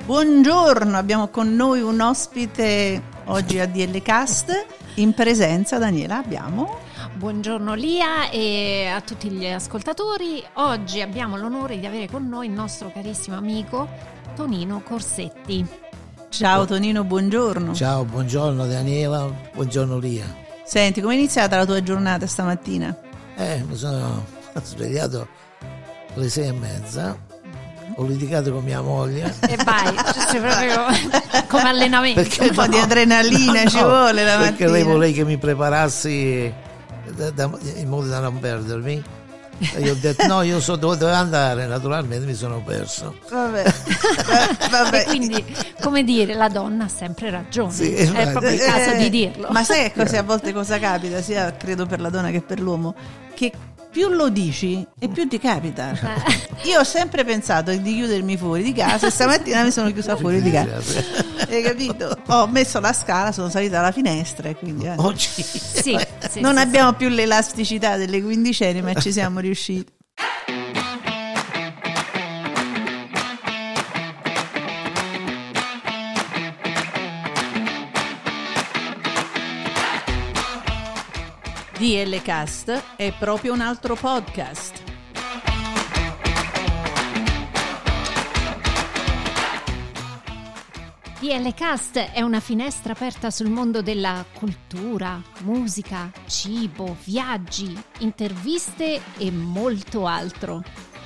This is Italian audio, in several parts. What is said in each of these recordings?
Buongiorno, abbiamo con noi un ospite oggi a DL Cast, in presenza Daniela abbiamo. Buongiorno Lia e a tutti gli ascoltatori. Oggi abbiamo l'onore di avere con noi il nostro carissimo amico Tonino Corsetti. Ciao Tonino, buongiorno. Ciao, buongiorno Daniela, buongiorno Lia. Senti, come è iniziata la tua giornata stamattina? Mi sono svegliato alle 6:30, ho litigato con mia moglie. E vai, c'è proprio come allenamento. Perché un po' di adrenalina ci vuole la mattina. Perché lei voleva che mi preparassi in modo da non perdermi. E io ho detto no, io so dove devo andare, naturalmente mi sono perso. Vabbè. E quindi, come dire, la donna ha sempre ragione. Sì, è proprio il caso di dirlo. Ma sai che a volte cosa capita, sia credo per la donna che per l'uomo, che più lo dici e più ti capita. Io ho sempre pensato di chiudermi fuori di casa e stamattina mi sono chiusa fuori di casa. Hai capito? Ho messo la scala, sono salita alla finestra e quindi Oggi sì, non abbiamo più l'elasticità delle quindicenni, ma ci siamo riusciti. DL Cast è proprio un altro podcast. DL Cast è una finestra aperta sul mondo della cultura, musica, cibo, viaggi, interviste e molto altro.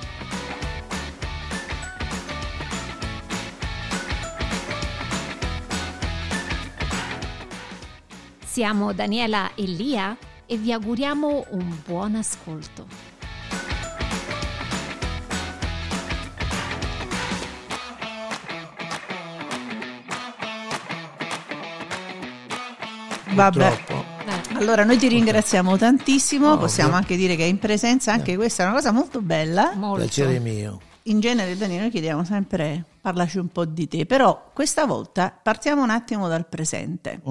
Siamo Daniela e Lia e vi auguriamo un buon ascolto. Vabbè. Allora noi ti ringraziamo tantissimo, possiamo ovvio. Anche dire che è in presenza, anche questa è una cosa molto bella. Molto. piacere mio. In genere Daniele noi chiediamo sempre parlaci un po' di te, però questa volta partiamo un attimo dal presente.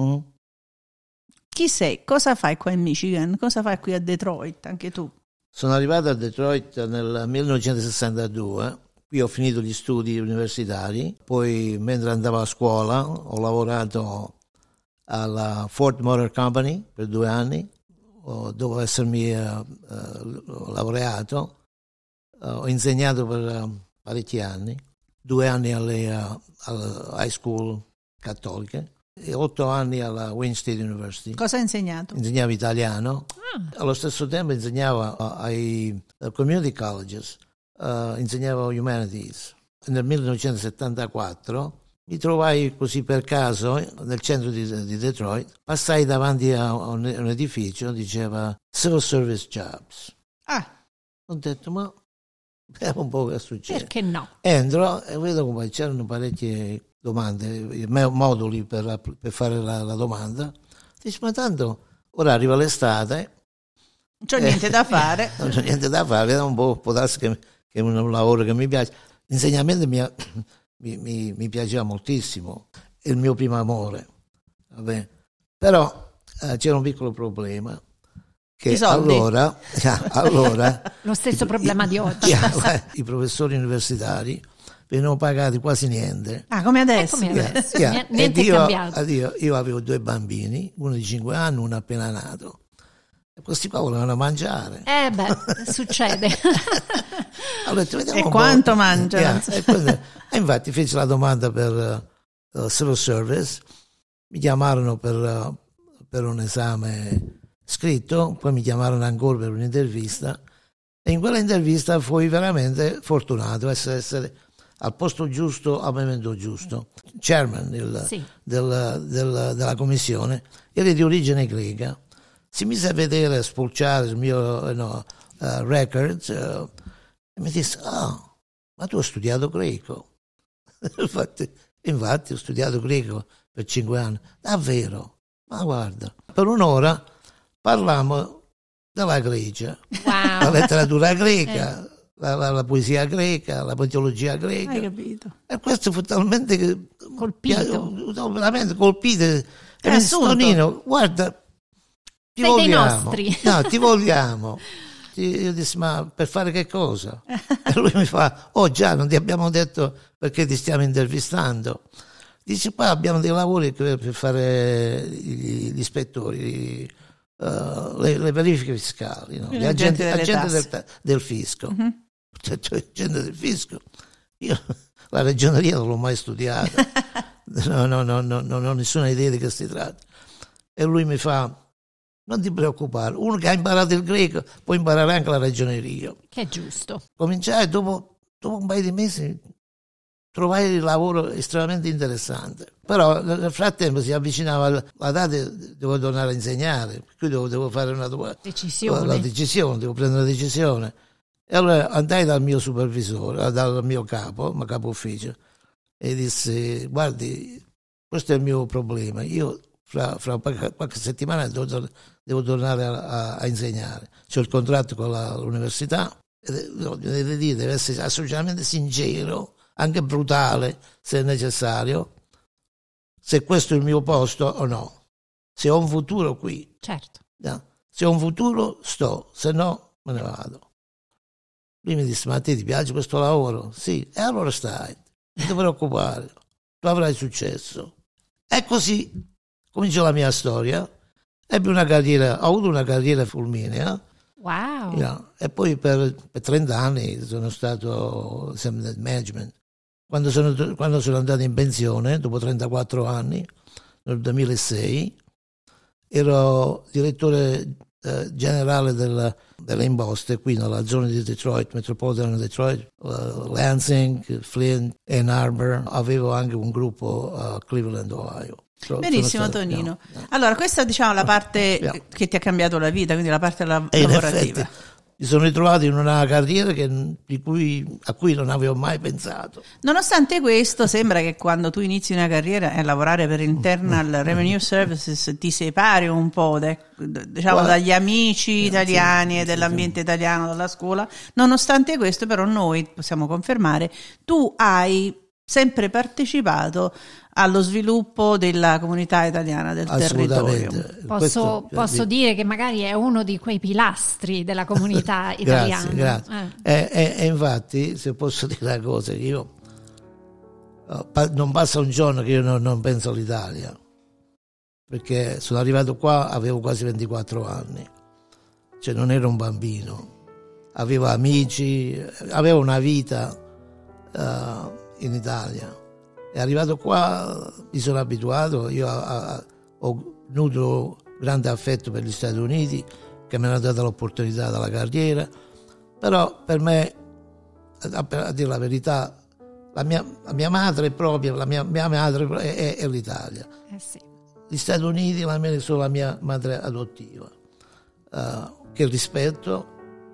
Chi sei? Cosa fai qua in Michigan? Cosa fai qui a Detroit? Anche tu? Sono arrivato a Detroit nel 1962, qui ho finito gli studi universitari, poi mentre andavo a scuola ho lavorato alla Ford Motor Company per 2 anni, dopo essermi laureato, ho insegnato per parecchi anni, 2 anni alle high school cattoliche e 8 anni alla Wayne State University. Cosa hai insegnato? Insegnavo italiano, allo stesso tempo insegnavo ai community colleges, insegnavo humanities. Nel 1974 mi trovai così per caso nel centro di Detroit, passai davanti a un edificio, diceva Civil Service Jobs. Ho detto ma vediamo un po' che succede. Perché no? Entro e vedo come c'erano parecchie domande, moduli per fare la domanda. Dice ma tanto ora arriva l'estate, Non c'ho niente da fare. Non c'è niente da fare, vediamo un po', può darsi che è un lavoro che mi piace. L'insegnamento mi piaceva moltissimo, è il mio primo amore. Vabbè. Però c'era un piccolo problema, che allora Lo stesso problema di oggi. I professori universitari venivano pagati quasi niente. Come adesso? Niente è cambiato. Io avevo 2 bambini, uno di 5 anni, uno appena nato. E questi qua volevano mangiare. Succede. Allora, e quanto mangiano? E infatti feci la domanda per Civil Service, mi chiamarono per un esame scritto, poi mi chiamarono ancora per un'intervista e in quella intervista fui veramente fortunato essere al posto giusto al momento giusto. Chairman della commissione era di origine greca, si mise a vedere, a spulciare il mio record e mi disse ma tu hai studiato greco. infatti ho studiato greco per 5 anni. Davvero? Ma guarda, per un'ora parlammo della Grecia, la letteratura greca, la poesia greca, la mitologia greca. Hai capito? E questo fu talmente colpito, veramente colpito. E mi disse, Tonino, guarda, ti sei vogliamo. dei nostri. No, ti vogliamo. Io dissi, ma per fare che cosa? E lui mi fa, oh già, non ti abbiamo detto perché ti stiamo intervistando. Dice, qua abbiamo dei lavori per fare gli ispettori, le verifiche fiscali, no? Gli agenti del fisco. Cioè, agente del fisco. Io la ragioneria non l'ho mai studiata, non ho nessuna idea di che si tratta. E lui mi fa, non ti preoccupare, uno che ha imparato il greco può imparare anche la ragioneria. Che è giusto. Cominciai dopo un paio di mesi, trovai il lavoro estremamente interessante. Però nel frattempo si avvicinava la data, devo tornare a insegnare, qui devo fare una decisione, devo prendere una decisione. E allora andai dal mio supervisore, dal mio capo ufficio, e disse, guardi, questo è il mio problema, io fra qualche settimana devo tornare a insegnare. C'ho il contratto con l'università, deve essere assolutamente sincero, anche brutale se è necessario, se questo è il mio posto o no, se ho un futuro qui. Certo. Se ho un futuro sto, se no me ne vado. Lui mi disse, ma a te ti piace questo lavoro? Sì, e allora stai, non ti preoccupare, tu avrai successo. E così cominciò la mia storia, ho avuto una carriera fulminea. Wow. E poi per 30 anni sono stato sempre nel management. Quando sono andato in pensione, dopo 34 anni, nel 2006, ero direttore generale delle imposte qui nella zona di Detroit, Metropolitan Detroit, Lansing, Flint, Ann Arbor. Avevo anche un gruppo a Cleveland, Ohio. Benissimo, Tonino. Allora, questa diciamo la parte che ti ha cambiato la vita, quindi la parte lavorativa. Effetti, mi sono ritrovato in una carriera a cui non avevo mai pensato. Nonostante questo, sembra che quando tu inizi una carriera e lavorare per Internal Revenue Services ti separi un po' dagli amici italiani e dell'ambiente italiano, dalla scuola. Nonostante questo, però, noi possiamo confermare, tu hai sempre partecipato allo sviluppo della comunità italiana del territorio. Posso dire che magari è uno di quei pilastri della comunità italiana. Grazie. E infatti, se posso dire una cosa, io non passa un giorno che io non penso all'Italia, perché sono arrivato qua, avevo quasi 24 anni, cioè non ero un bambino, avevo amici, avevo una vita in Italia. È arrivato qua, mi sono abituato, io ho nutro grande affetto per gli Stati Uniti, che mi hanno dato l'opportunità della carriera, però per me, a dire la verità, la mia madre propria, la mia madre è l'Italia. Sì. Gli Stati Uniti sono la mia madre adottiva, che rispetto,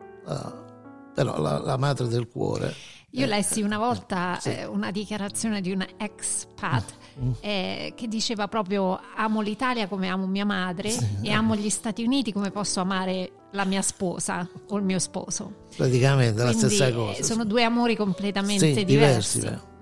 però la madre del cuore. Io lessi una volta una dichiarazione di una expat che diceva proprio: amo l'Italia come amo mia madre e amo gli Stati Uniti come posso amare la mia sposa o il mio sposo. Praticamente la Quindi, stessa cosa. Sono due amori completamente diversi.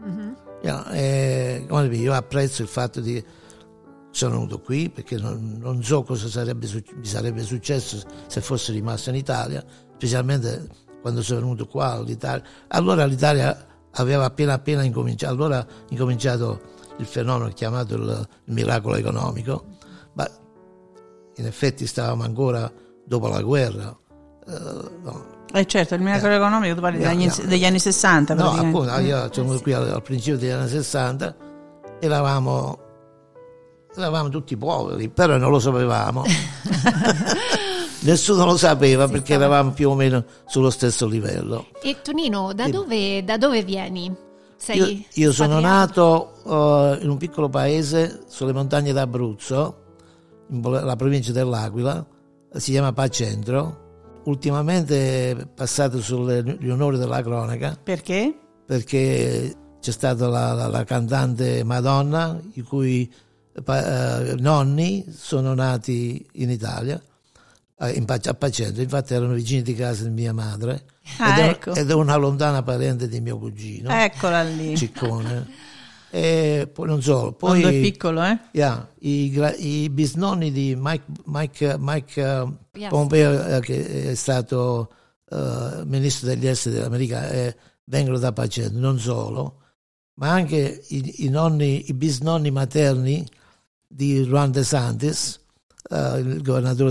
Io apprezzo il fatto di sono venuto qui perché non so cosa mi sarebbe successo se fossi rimasto in Italia, specialmente quando sono venuto qua all'Italia. Allora l'Italia aveva appena incominciato, allora ha incominciato il fenomeno chiamato il miracolo economico, ma in effetti stavamo ancora dopo la guerra. Certo, il miracolo economico tu parli degli anni 60. No, appunto, io sono qui al principio degli anni 60, eravamo tutti poveri, però non lo sapevamo. Nessuno lo sapeva perché eravamo più o meno sullo stesso livello. E Tonino, da dove vieni? Io sono nato in un piccolo paese sulle montagne d'Abruzzo, la provincia dell'Aquila, si chiama Pacentro. Ultimamente è passato sugli onori della cronaca. Perché? Perché c'è stata la cantante Madonna, i cui nonni sono nati in Italia, a Pacentro, infatti erano vicini di casa di mia madre ed è una lontana parente di mio cugino. Eccola lì. Ciccone. E poi non solo, poi quando è piccolo, i bisnonni di Mike Pompeo, che è stato ministro degli esteri dell'America vengono da Pacento, non solo, ma anche i bisnonni materni di Ron DeSantis, il governatore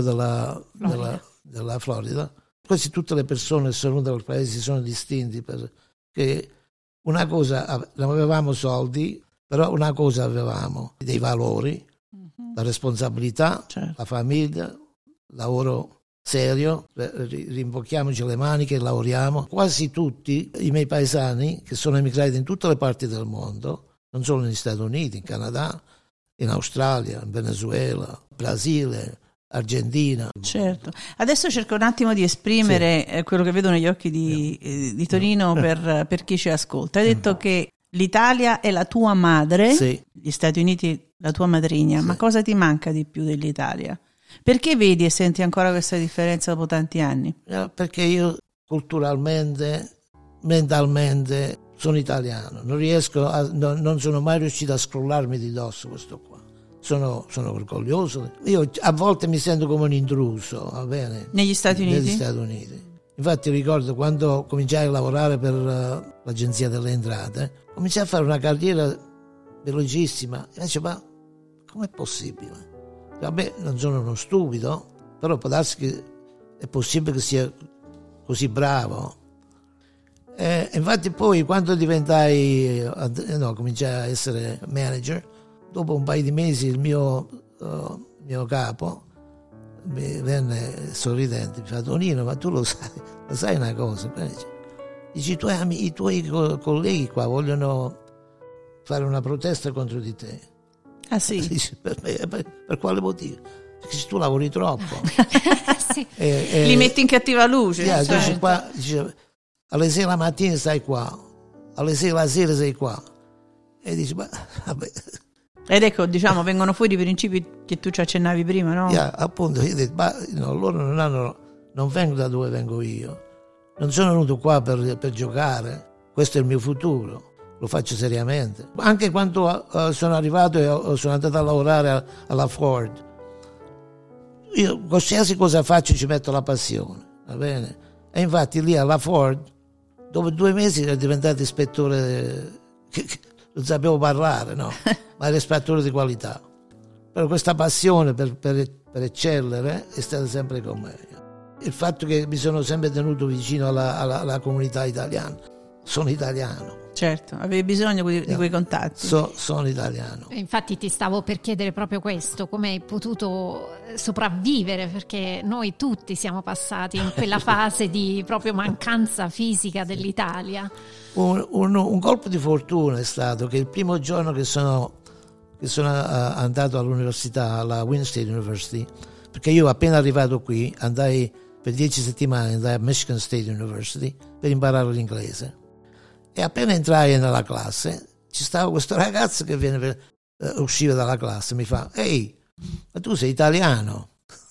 della Florida. Quasi tutte le persone che sono venute dal paese si sono distinti perché una cosa, non avevamo soldi, però una cosa avevamo, dei valori, la responsabilità, certo, la famiglia, lavoro serio, rimbocchiamoci le maniche e lavoriamo. Quasi tutti i miei paesani che sono emigrati in tutte le parti del mondo, non solo negli Stati Uniti, in Canada, in Australia, in Venezuela, Brasile, Argentina. Certo. Adesso cerco un attimo di esprimere quello che vedo negli occhi di Tonino per chi ci ascolta. Hai detto che l'Italia è la tua madre, sì, gli Stati Uniti la tua madrigna, sì, ma cosa ti manca di più dell'Italia? Perché vedi e senti ancora questa differenza dopo tanti anni? Perché io culturalmente, mentalmente sono italiano, non sono mai riuscito a scrollarmi di dosso questo qua. Sono orgoglioso. Io a volte mi sento come un intruso, va bene? Negli Stati Uniti? Negli Stati Uniti. Infatti ricordo quando cominciai a lavorare per l'Agenzia delle Entrate, cominciai a fare una carriera velocissima. E dice, ma com'è possibile? Vabbè, non sono uno stupido, però può darsi che è possibile che sia così bravo. Infatti poi quando cominciai a essere manager, dopo un paio di mesi il mio capo mi venne sorridente, mi fa: Tonino, ma tu lo sai una cosa? Dici, i tuoi colleghi qua vogliono fare una protesta contro di te. Ah sì? Dice, per quale motivo? Perché tu lavori troppo. Sì. Li metti in cattiva luce. Certo. Dice, alle 6 la mattina stai qua, alle 6 la sera sei qua. E dici, ma vabbè. Ed ecco, diciamo, vengono fuori i principi che tu ci accennavi prima, no? Appunto, io ho detto, loro non vengono da dove vengo io. Non sono venuto qua per giocare. Questo è il mio futuro. Lo faccio seriamente. Anche quando sono arrivato e sono andato a lavorare alla Ford, io qualsiasi cosa faccio ci metto la passione, va bene? E infatti lì alla Ford, dopo 2 mesi ero diventato ispettore, non sapevo parlare, no? Ma ero ispettore di qualità. Però questa passione per eccellere è stata sempre con me. Il fatto che mi sono sempre tenuto vicino alla comunità italiana. Sono italiano. Certo, avevi bisogno di quei contatti. Sono italiano. Infatti ti stavo per chiedere proprio questo, come hai potuto sopravvivere, perché noi tutti siamo passati in quella fase di proprio mancanza fisica dell'Italia. Un colpo di fortuna è stato che il primo giorno che sono andato all'università, alla Wayne State University, perché io appena arrivato qui andai per 10 settimane andai a Michigan State University per imparare l'inglese. E appena entrai nella classe, ci stava questo ragazzo che usciva dalla classe, mi fa: ehi, ma tu sei italiano?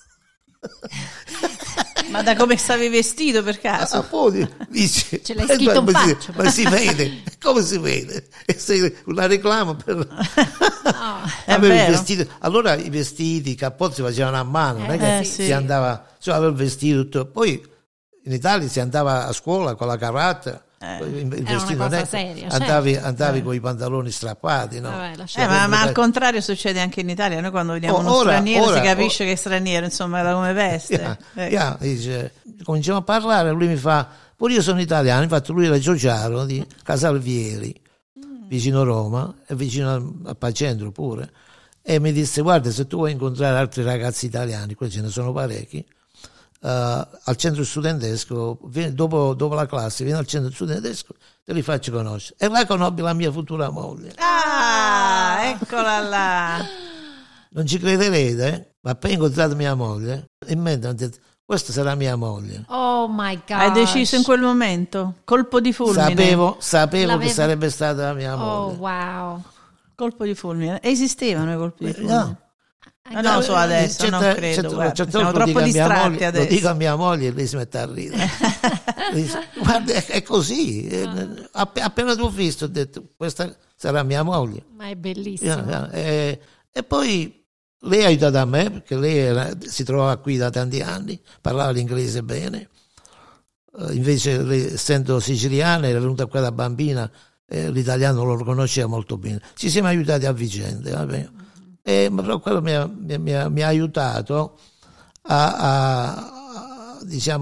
Ma da come stavi vestito per caso? Poi dice, ce l'hai scritto in faccia. Ma si vede, come si vede? E sei una reclama per... Avevo il vestito. Allora i vestiti, i cappotti si facevano a mano, non è che si andava, avevo il vestito tutto. Poi in Italia si andava a scuola con la cravatta. Il vestito una cosa seria, andavi con i pantaloni strappati, no? Ma al contrario succede anche in Italia. Noi quando vediamo uno straniero si capisce che è straniero, insomma, da come veste. Dice, cominciamo a parlare, lui mi fa: pure io sono italiano. Infatti lui era Giugiaro di Casalvieri, vicino Roma e vicino a Pacentro pure, e mi disse: guarda, se tu vuoi incontrare altri ragazzi italiani, qua ce ne sono parecchi, al centro studentesco, dopo la classe vieni al centro studentesco, te li faccio conoscere. E là conobbi la mia futura moglie. Eccola là. Non ci crederete, ma appena incontrato mia moglie, in mente ho detto: questa sarà mia moglie. Oh my God. Hai deciso in quel momento? Colpo di fulmine. Sapevo che sarebbe stata la mia moglie. Oh wow. Colpo di fulmine. Esistevano i colpi di fulmine? No, so adesso, non credo. Siamo troppo distratti adesso. Lo dico a mia moglie e lei si mette a ridere. Guarda, è così. Appena t'ho visto ho detto: questa sarà mia moglie. Ma è bellissimo. E poi lei ha aiutato a me, perché lei si trovava qui da tanti anni, parlava l'inglese bene. invece essendo siciliana, era venuta qua da bambina, l'italiano lo conosceva molto bene. Ci siamo aiutati a vicenda, vabbè. Però quello mi ha aiutato a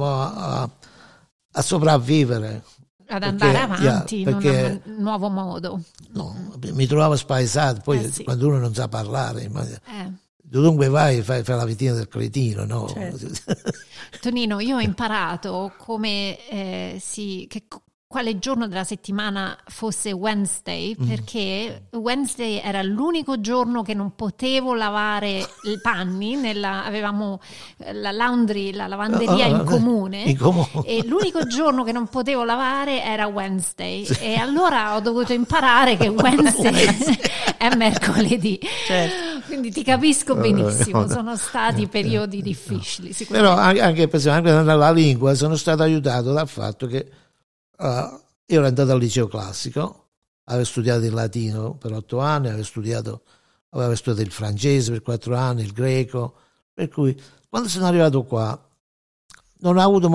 sopravvivere. Ad andare avanti in un nuovo modo. No, mi trovavo spaesato, poi quando uno non sa parlare, dovunque vai fai la vittina del cretino, no? Certo. Tonino, io ho imparato come quale giorno della settimana fosse Wednesday, perché Wednesday era l'unico giorno che non potevo lavare i panni, avevamo la laundry, la lavanderia in comune, e l'unico giorno che non potevo lavare era Wednesday, e allora ho dovuto imparare che Wednesday è mercoledì. Certo. Quindi ti capisco benissimo, sono stati periodi difficili. Però anche nella lingua sono stato aiutato dal fatto che io ero andato al liceo classico, avevo studiato il latino per 8 anni, avevo studiato il francese per 4 anni, il greco, per cui quando sono arrivato qua non ho avuto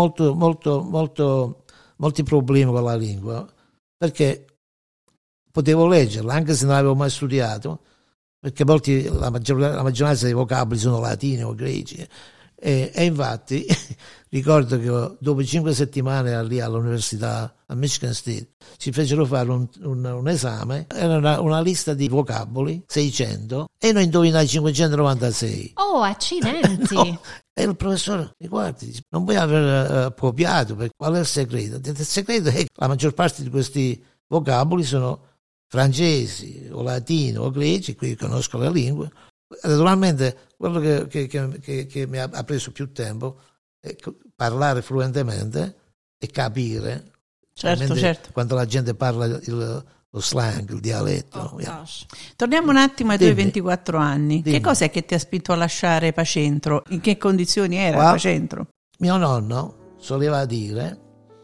molti problemi con la lingua, perché potevo leggerla anche se non l'avevo mai studiato, perché la maggioranza dei vocaboli sono latini o greci. E infatti ricordo che dopo 5 settimane lì all'università a Michigan State ci fecero fare un esame, era una lista di vocaboli 600 e noi indovinai 596. Oh, accidenti! No. E il professore mi guarda, dice, non puoi aver copiato, perché qual è il segreto? Il segreto è che la maggior parte di questi vocaboli sono francesi o latino o greci, qui conosco le lingue. Naturalmente quello che mi ha preso più tempo è parlare fluentemente e capire. Certo. Quando la gente parla lo slang, il dialetto. Torniamo un attimo ai tuoi 24 anni. Dimmi. Che cos'è che ti ha spinto a lasciare Pacentro? In che condizioni era Pacentro? Mio nonno soleva dire: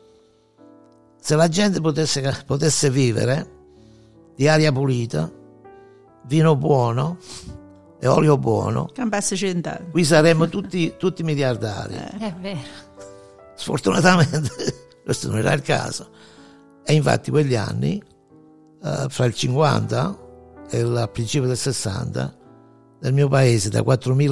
se la gente potesse vivere di aria pulita, vino buono e olio buono, Campasse Centrale, qui saremmo tutti miliardari. È vero. Sfortunatamente questo non era il caso, e infatti quegli anni, fra il 50 e il principio del 60, nel mio paese da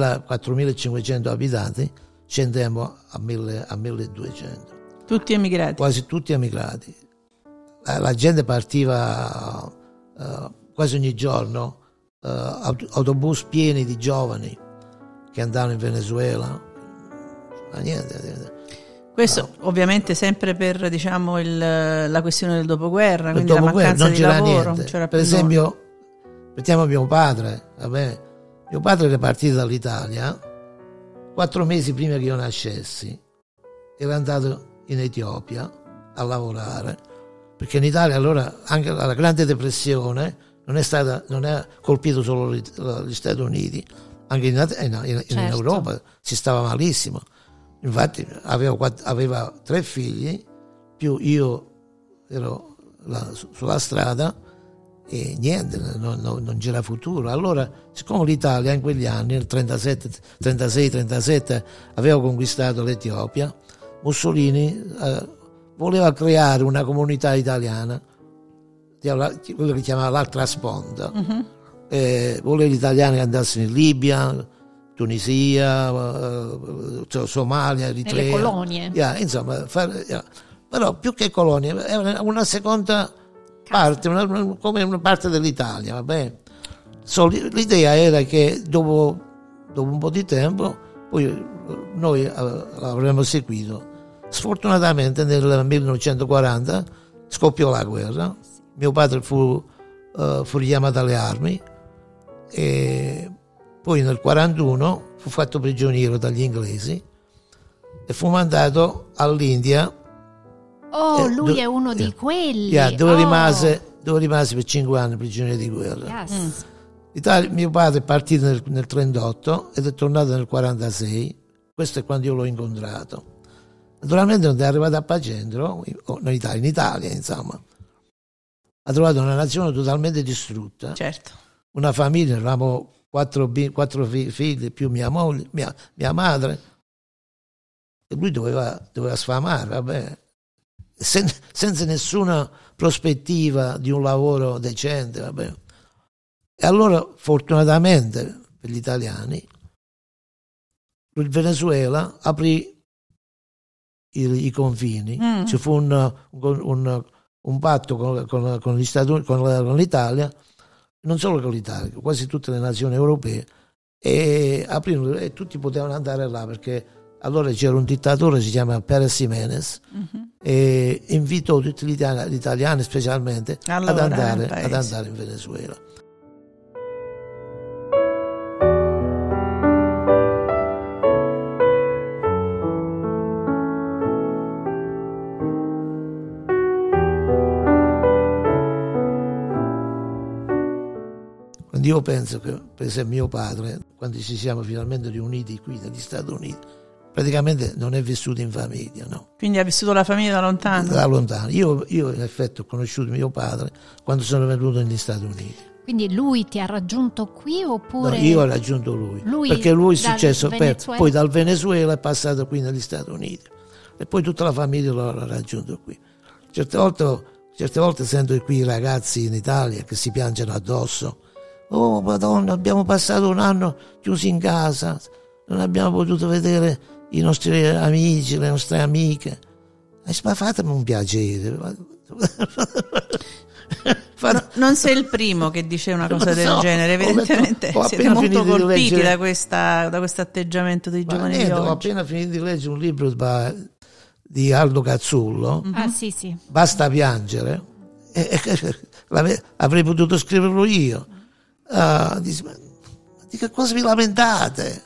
4.500 abitanti scendemmo a 1.200. Tutti emigrati? Quasi tutti emigrati. La gente partiva quasi ogni giorno, autobus pieni di giovani che andavano in Venezuela. Ma niente. Questo ovviamente sempre per la questione del dopoguerra, quindi la mancanza di lavoro. Niente. Per esempio, mettiamo mio padre, vabbè. Mio padre era partito dall'Italia 4 mesi prima che io nascessi, era andato in Etiopia a lavorare, perché in Italia allora anche la Grande Depressione non ha colpito solo gli Stati Uniti, anche in Europa si stava malissimo. Infatti aveva 3 figli, più io ero sulla strada e niente, non c'era futuro. Allora, siccome l'Italia in quegli anni, nel 36-37, aveva conquistato l'Etiopia, Mussolini voleva creare una comunità italiana, quello che chiamava l'altra sponda. Voleva gli italiani che andassero in Libia, Tunisia, Somalia, Eritrea. Le colonie. Insomma, però più che colonie, era una seconda parte, come una parte dell'Italia, va bene? L'idea era che dopo un po' di tempo poi noi l'avremmo seguito. Sfortunatamente nel 1940 scoppiò la guerra, mio padre fu richiamato alle armi e poi nel 1941 fu fatto prigioniero dagli inglesi e fu mandato all'India. Lui è uno di quelli. Dove rimase per 5 anni prigioniero di guerra. Yes. Mio padre è partito nel 1938 ed è tornato nel 1946. Questo è quando io l'ho incontrato. Naturalmente non è arrivato a Pacentro, in Italia, insomma. Ha trovato una nazione totalmente distrutta. Certo. Una famiglia, eravamo 4 figli più mia moglie, mia madre. E lui doveva sfamare, vabbè. senza nessuna prospettiva di un lavoro decente. Vabbè. E allora, fortunatamente per gli italiani, il Venezuela aprì i confini. Ci fu un patto con gli Stati Uniti, con l'Italia, non solo con l'Italia, quasi tutte le nazioni europee, e aprirono, e tutti potevano andare là, perché allora c'era un dittatore, si chiama Pérez Jiménez, e invitò tutti gli italiani specialmente ad andare in Venezuela. Io penso che, per esempio, mio padre, quando ci siamo finalmente riuniti qui negli Stati Uniti, praticamente non è vissuto in famiglia, no? Quindi ha vissuto la famiglia da lontano? Da lontano. Io in effetti ho conosciuto mio padre quando sono venuto negli Stati Uniti. Quindi lui ti ha raggiunto qui oppure? No, io ho raggiunto lui perché lui è successo poi dal Venezuela è passato qui negli Stati Uniti e poi tutta la famiglia l'ha raggiunto qui. Certe volte sento qui i ragazzi in Italia che si piangono addosso. Oh Madonna, abbiamo passato un anno chiusi in casa, non abbiamo potuto vedere i nostri amici, le nostre amiche. Ma fatemi un piacere. Non sei il primo che dice una cosa del genere, evidentemente siete molto colpiti da questo atteggiamento dei giovani di oggi. Ho appena finito di leggere un libro di Aldo Cazzullo, sì. Basta piangere, avrei potuto scriverlo io. Di che cosa vi lamentate?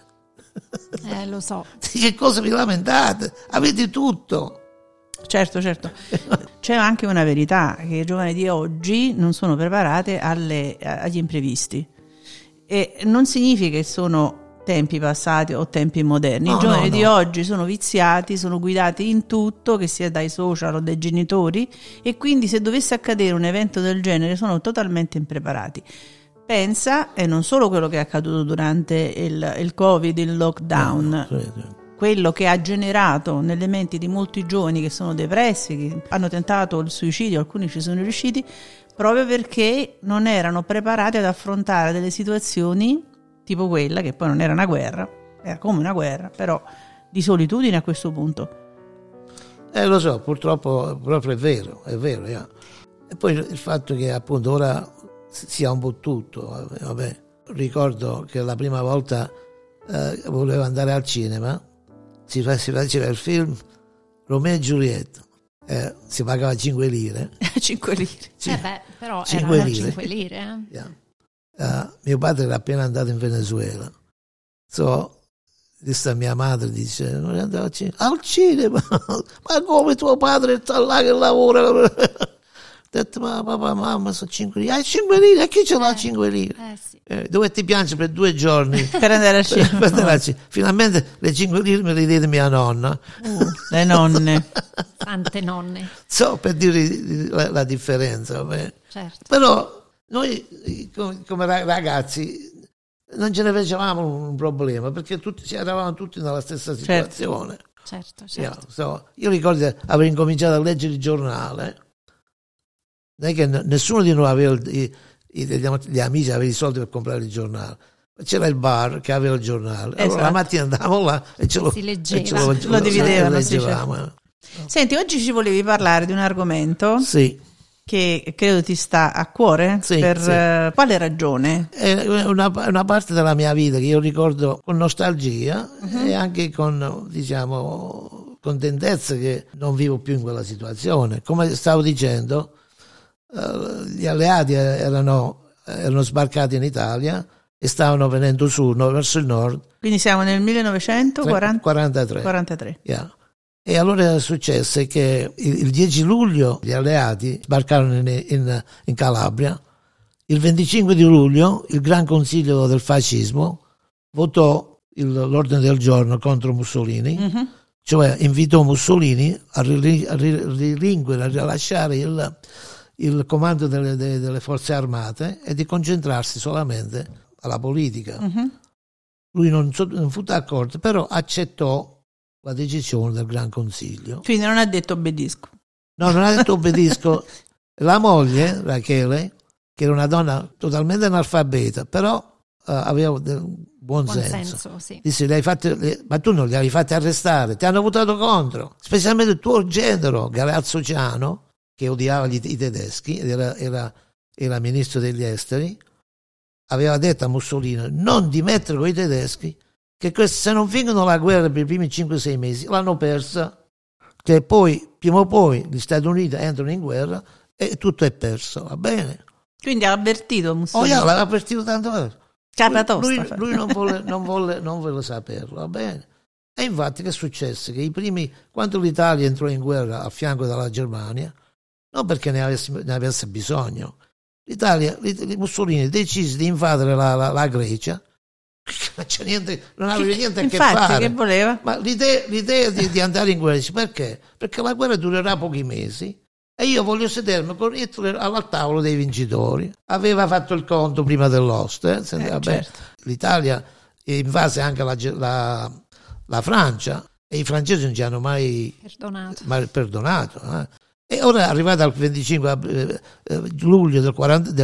Lo so. Di che cosa vi lamentate? Avete tutto. Certo. C'è anche una verità, che i giovani di oggi non sono preparati agli imprevisti, e non significa che sono tempi passati o tempi moderni. I giovani di oggi sono viziati, sono guidati in tutto, che sia dai social o dai genitori, e quindi se dovesse accadere un evento del genere sono totalmente impreparati. Pensa, e non solo quello che è accaduto durante il Covid, il lockdown, quello che ha generato nelle menti di molti giovani che sono depressi, che hanno tentato il suicidio, alcuni ci sono riusciti, proprio perché non erano preparati ad affrontare delle situazioni tipo quella, che poi non era una guerra, era come una guerra, però di solitudine a questo punto. Lo so, purtroppo proprio è vero. E poi il fatto che appunto ora sia un po' tutto, vabbè. Ricordo che la prima volta volevo andare al cinema, si faceva il film Romeo e Giulietta, si pagava 5 lire. 5 lire. Però 5 erano lire. 5 lire. Mio padre era appena andato in Venezuela, disse a mia madre, dice, noi andiamo al cinema, ma come tuo padre sta là che lavora? Ho detto, ma papà, mamma, sono 5 lire. 5 lire? E chi ce l'ha 5 lire? Sì. Dovetti piangere per 2 giorni per andare al cinema. Finalmente le 5 lire me le diede mia nonna. Le nonne. Tante nonne. Per dire la differenza. Certo. Però noi come ragazzi non ce ne facevamo un problema, perché eravamo tutti nella stessa situazione. Certo. Io ricordo di aver incominciato a leggere il giornale. Non è che nessuno di noi aveva gli amici aveva i soldi per comprare il giornale. C'era il bar che aveva il giornale. Allora la mattina andavamo là e ce lo dividevano. Leggevamo. Senti, oggi ci volevi parlare di un argomento che credo ti sta a cuore. Quale ragione? È una parte della mia vita che io ricordo con nostalgia e anche con, contentezza che non vivo più in quella situazione. Come stavo dicendo, gli alleati erano sbarcati in Italia e stavano venendo su verso il nord. Quindi siamo nel 1943. E allora è successo che il 10 luglio gli alleati sbarcarono in Calabria. Il 25 di luglio il Gran Consiglio del Fascismo votò l'ordine del giorno contro Mussolini, cioè invitò Mussolini a rilinquere, a rilasciare il comando delle forze armate e di concentrarsi solamente alla politica. Lui non fu d'accordo, però accettò la decisione del Gran Consiglio. Quindi non ha detto obbedisco. No, non ha detto obbedisco. La moglie, Rachele, che era una donna totalmente analfabeta, però aveva buon senso. Sì. Disse, ma tu non li hai fatti arrestare, ti hanno votato contro, specialmente il tuo genero, Galeazzo Ciano, che odiava i tedeschi, ed era ministro degli esteri, aveva detto a Mussolini non dimettere con i tedeschi, che se non fingono la guerra per i primi 5-6 mesi l'hanno persa, che poi, prima o poi, gli Stati Uniti entrano in guerra e tutto è perso, va bene? Quindi ha avvertito Mussolini. L'ha avvertito tanto. Lui non vuole saperlo, va bene? E infatti che è successo? Che quando l'Italia entrò in guerra a fianco della Germania, non perché ne avesse bisogno, Mussolini decise di invadere la Grecia, non aveva niente a che fare. Che voleva? Ma l'idea di andare in guerra, dice, perché? Perché la guerra durerà pochi mesi e io voglio sedermi con Hitler al tavolo dei vincitori. Aveva fatto il conto prima dell'host. Certo. L'Italia invase anche la Francia e i francesi non ci hanno mai perdonato. E ora è arrivato al 25 luglio del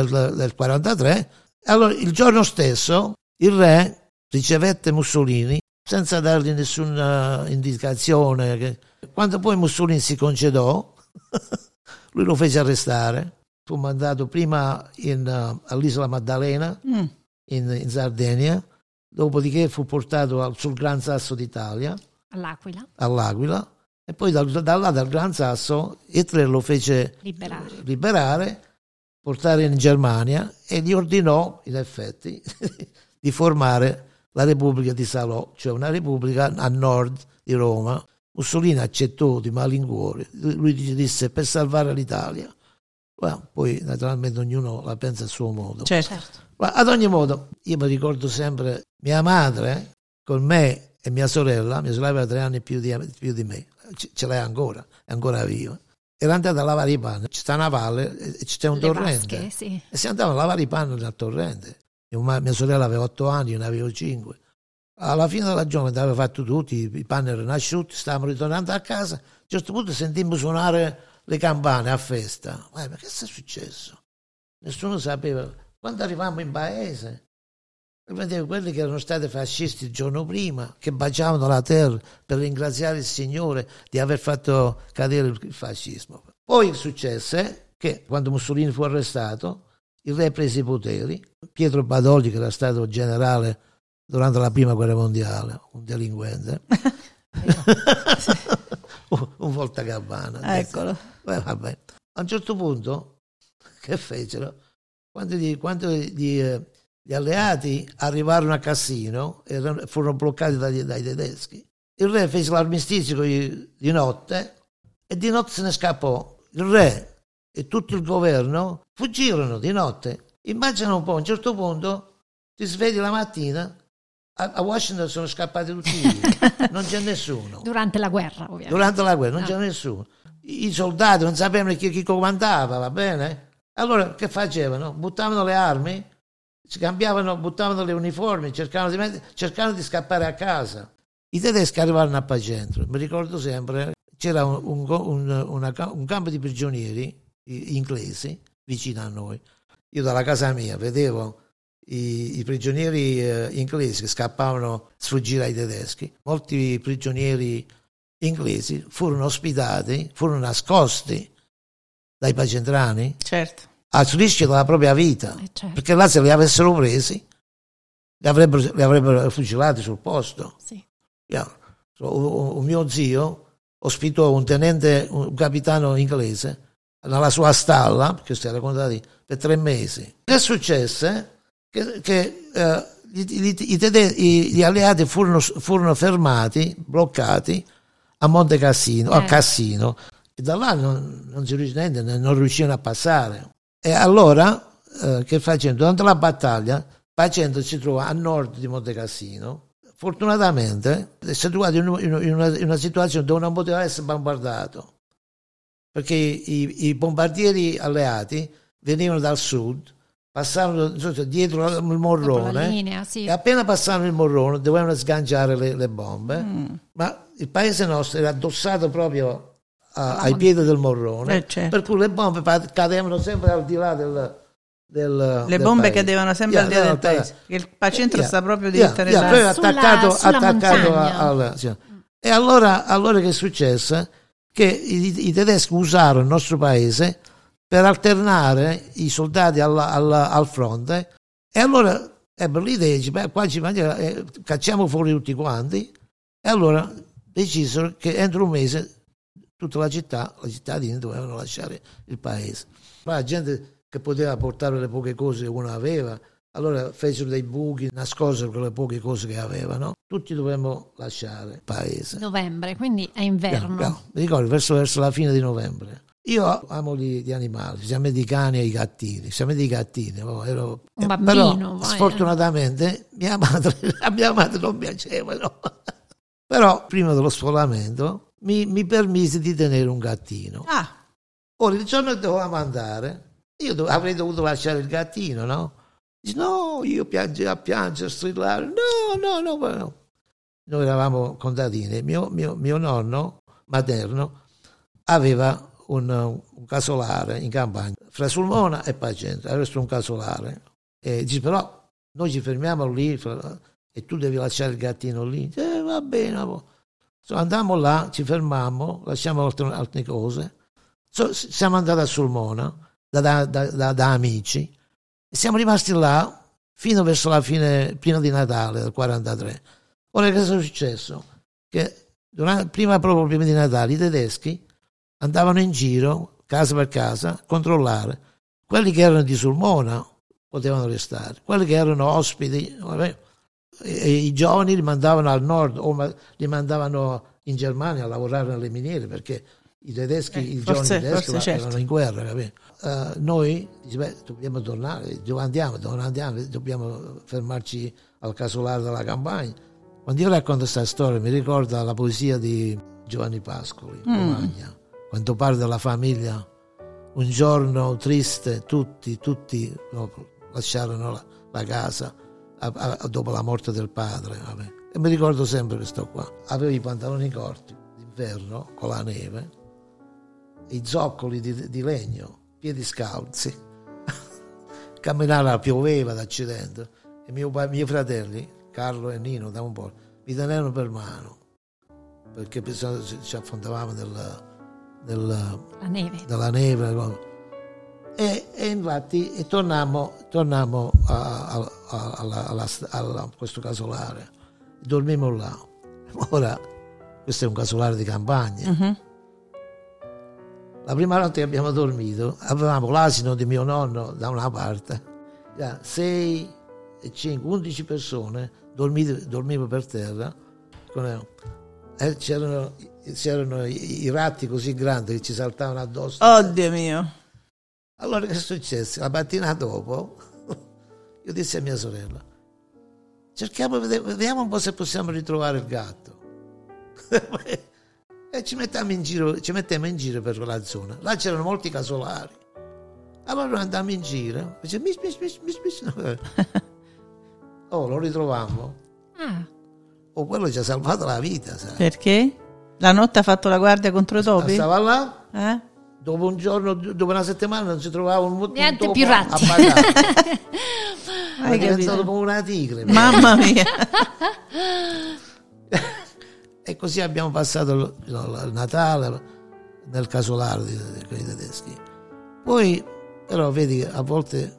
43, allora il giorno stesso il re ricevette Mussolini senza dargli nessuna indicazione. Quando poi Mussolini si concedò, lui lo fece arrestare, fu mandato prima all'isola Maddalena, in Sardegna, dopodiché fu portato sul Gran Sasso d'Italia, all'Aquila, e poi da là dal Gran Sasso Hitler lo fece liberare, portare in Germania e gli ordinò, in effetti, di formare la Repubblica di Salò, cioè una repubblica a nord di Roma. Mussolini accettò di malincuore, lui disse per salvare l'Italia. Poi naturalmente ognuno la pensa a suo modo. Certo. Ma ad ogni modo, io mi ricordo sempre mia madre con me e mia sorella aveva 3 anni più di me, ce l'hai ancora, è ancora viva. Era andata a lavare i panni, c'è una valle e c'è un torrente, vasche, sì. E si andava a lavare i panni nel torrente. Mia sorella aveva 8 anni, io ne avevo 5. Alla fine della giornata aveva fatto tutti, i panni erano asciutti, stavamo ritornando a casa. A un certo punto sentimmo suonare le campane a festa. Ma che è successo? Nessuno sapeva. Quando arrivavamo in paese, vedevo quelli che erano stati fascisti il giorno prima, che baciavano la terra per ringraziare il Signore di aver fatto cadere il fascismo. Poi successe che quando Mussolini fu arrestato, il re prese i poteri. Pietro Badogli, che era stato generale durante la prima guerra mondiale, un delinquente, un voltagabbana. Eccolo. Vabbè. A un certo punto, che fecero? Quando gli alleati arrivarono a Cassino e furono bloccati dai tedeschi, il re fece l'armistizio di notte e di notte se ne scappò. Il re e tutto il governo fuggirono di notte. Immagina un po', a un certo punto ti svegli la mattina, a Washington sono scappati tutti via, non c'è nessuno. Durante la guerra, ovviamente. Durante la guerra non c'è nessuno. I soldati non sapevano chi comandava, va bene? Allora che facevano? Buttavano le armi, si cambiavano, buttavano le uniformi, cercavano di scappare a casa. I tedeschi arrivarono a Pagentro, mi ricordo sempre, c'era un campo di prigionieri inglesi vicino a noi. Io dalla casa mia vedevo i prigionieri inglesi che scappavano a sfuggire ai tedeschi. Molti prigionieri inglesi furono ospitati, furono nascosti dai pagentrani, certo, a rischio della propria vita, certo. Perché là se li avessero presi li avrebbero fucilati sul posto. Sì. Un mio zio ospitò un capitano inglese nella sua stalla, perché si era raccontati, per 3 mesi. Che successe? Che gli alleati furono fermati, bloccati a Monte Cassino, a Cassino, e da là non si riuscì non riuscivano a passare. E allora che facendo? Durante la battaglia Pagentro si trova a nord di Monte Cassino. Fortunatamente si è trovato in una situazione dove non poteva essere bombardato, perché i bombardieri alleati venivano dal sud, passavano dietro il morrone, linea, sì. E appena passavano il morrone dovevano sganciare le bombe, ma il paese nostro era addossato proprio ai piedi del Morrone, certo. per cui le bombe cadevano sempre al di là le bombe cadevano sempre al di là del paese. Il Pacentro sta proprio direttamente attaccato E allora che è successo? Che i tedeschi usarono il nostro paese per alternare i soldati al fronte, e allora ebbero l'idea, qua ci mangiamo, cacciamo fuori tutti quanti, e allora decisero che entro un mese tutta la cittadini dovevano lasciare il paese. Ma la gente che poteva portare le poche cose che uno aveva, allora fecero dei buchi, nascosero quelle poche cose che avevano. Tutti dovevamo lasciare il paese. Novembre, quindi è inverno. Mi ricordo, verso la fine di novembre. Io amo gli animali, specialmente di cani e i gattini. Specialmente i gattini. Ero un bambino. Però, sfortunatamente, a mia madre non piacevano. Però, prima dello sfolamento, mi permise di tenere un gattino. Ora, il giorno che dovevamo andare, io avrei dovuto lasciare il gattino, no? Dice, no, io piangevo a piangere, strillare. No. Noi eravamo contadini. Mio nonno materno aveva un casolare in campagna fra Sulmona e Pacentro, aveva un casolare, e dice, però noi ci fermiamo lì e tu devi lasciare il gattino lì. Va bene. Andiamo là, ci fermiamo, lasciamo altre cose. Siamo andati a Sulmona da amici e siamo rimasti là fino verso la fine, prima di Natale del 43. Ora, che è successo? Che prima di Natale i tedeschi andavano in giro, casa per casa, a controllare. Quelli che erano di Sulmona potevano restare, quelli che erano ospiti, e i giovani li mandavano al nord o li mandavano in Germania a lavorare nelle miniere, perché i tedeschi, giovani tedeschi erano in guerra, capito? Noi dobbiamo tornare, dove andiamo, dobbiamo fermarci al casolare della campagna. Quando io racconto questa storia mi ricorda la poesia di Giovanni Pascoli, Romagna, quando parla della famiglia. Un giorno triste, tutti lasciarono la casa dopo la morte del padre. Vabbè. E mi ricordo sempre questo qua. Avevo i pantaloni corti d'inverno con la neve, i zoccoli di legno, piedi scalzi. Camminare, pioveva d'accidente, e miei fratelli, Carlo e Nino, da un po', mi tenevano per mano, perché ci affondavamo della neve. E infatti tornammo a questo casolare, dormimmo là. Ora, questo è un casolare di campagna. Uh-huh. La prima notte che abbiamo dormito avevamo l'asino di mio nonno da una parte, 6 e 5, 11 persone dormivo per terra, c'erano i ratti così grandi che ci saltavano addosso. Oddio mio! Allora che è successo? La mattina dopo io dissi a mia sorella, vediamo un po' se possiamo ritrovare il gatto. E ci mettemmo in giro per quella zona. Là c'erano molti casolari. Allora andammo in giro, dice, mis. Lo ritrovammo. Quello ci ha salvato la vita, sai? Perché? La notte ha fatto la guardia contro i topi? Stava là. Dopo un giorno, dopo una settimana non si trovava niente più ratti. È diventato come una tigre. Mamma mia. E così abbiamo passato il Natale nel casolare dei tedeschi. Poi però vedi, a volte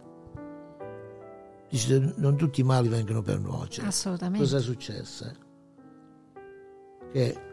dice, non tutti i mali vengono per nuocere. Assolutamente. Cosa è successo? Che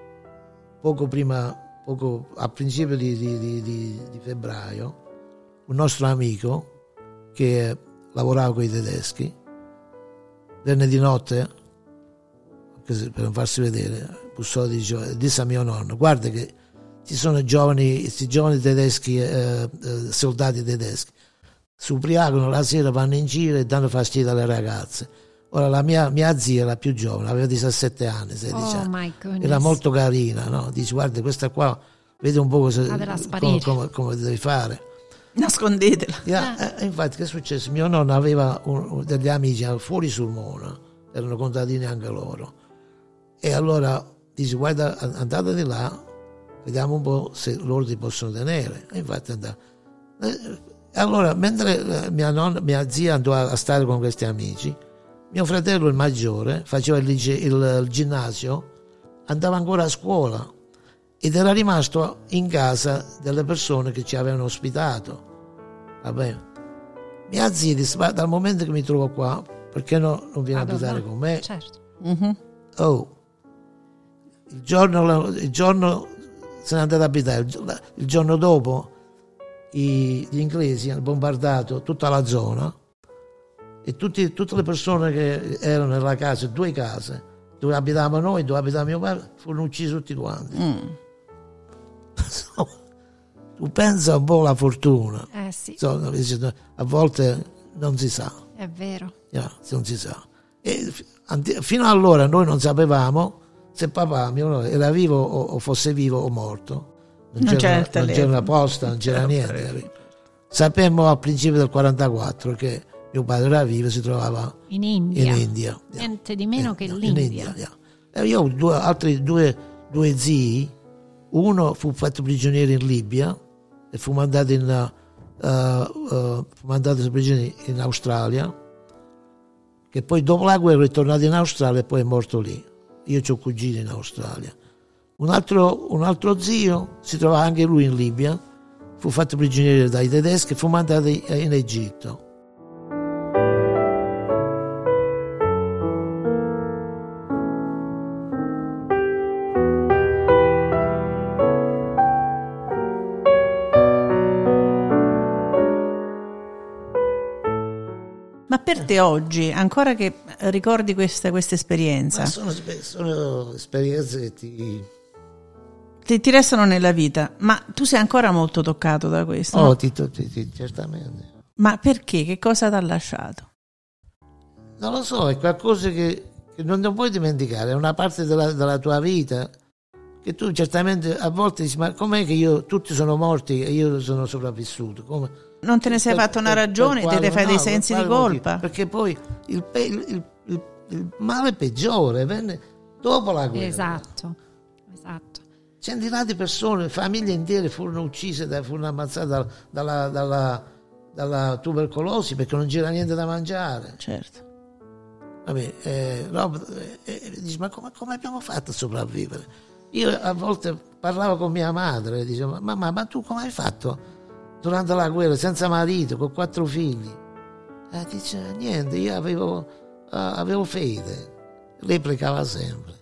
poco a principio di febbraio, un nostro amico che lavorava con i tedeschi venne di notte, per non farsi vedere, bussò e disse a mio nonno, guarda che ci sono questi giovani tedeschi, soldati tedeschi, si ubriacano la sera, vanno in giro e danno fastidio alle ragazze. Ora la mia zia, la più giovane, aveva 17 anni, 16 anni, era molto carina, no? Dice, guarda, questa qua, vedi un po' come devi fare. Nascondetela. Infatti che è successo? Mio nonno aveva degli amici fuori sul Mona, erano contadini anche loro, e allora dice, guarda, andate di là, vediamo un po' se loro ti possono tenere. E infatti allora, mentre mia zia andò a stare con questi amici, mio fratello il maggiore faceva il ginnasio, andava ancora a scuola ed era rimasto in casa delle persone che ci avevano ospitato. Vabbè. Mia zia disse: ma dal momento che mi trovo qua, perché non viene a abitare con me? Certo. Oh, il giorno se n'è andato ad abitare, il giorno dopo gli inglesi hanno bombardato tutta la zona e tutte le persone che erano nella casa, 2 case dove abitavamo noi, dove abitava mio padre, furono uccisi tutti quanti. Tu pensa un po' alla fortuna. Sì. A volte non si sa. È vero. Non si sa. E fino allora noi non sapevamo se papà mio era vivo o fosse vivo o morto. Non c'era una posta, non c'era niente. Sapemmo al principio del 44 che mio padre era vivo e si trovava in India. Niente di meno che l'India. Io ho altri due zii. Uno fu fatto prigioniero in Libia e fu mandato prigioniero in Australia, che poi dopo la guerra è tornato in Australia e poi è morto lì. Io ho cugini in Australia. Un altro zio si trovava anche lui in Libia, fu fatto prigioniero dai tedeschi e fu mandato in Egitto. Ma per te oggi, ancora che ricordi questa esperienza? Ma sono esperienze che ti restano nella vita, ma tu sei ancora molto toccato da questo? Oh, no? Certamente. Ma perché? Che cosa ti ha lasciato? Non lo so, è qualcosa che non puoi dimenticare, è una parte della tua vita che tu certamente a volte dici: ma com'è che tutti sono morti e io sono sopravvissuto? Come? Non te ne sei fatto una ragione, te ne fai dei sensi di colpa? Perché poi il male peggiore venne dopo la guerra. Esatto. Centinaia di persone, famiglie intere furono uccise, furono ammazzate dalla tubercolosi perché non c'era niente da mangiare. Certo. Vabbè, dici: ma come abbiamo fatto a sopravvivere? Io a volte parlavo con mia madre e dicevo: mamma, ma tu come hai fatto durante la guerra senza marito, con 4 figli? Dice: niente, io avevo fede. Lei pregava sempre.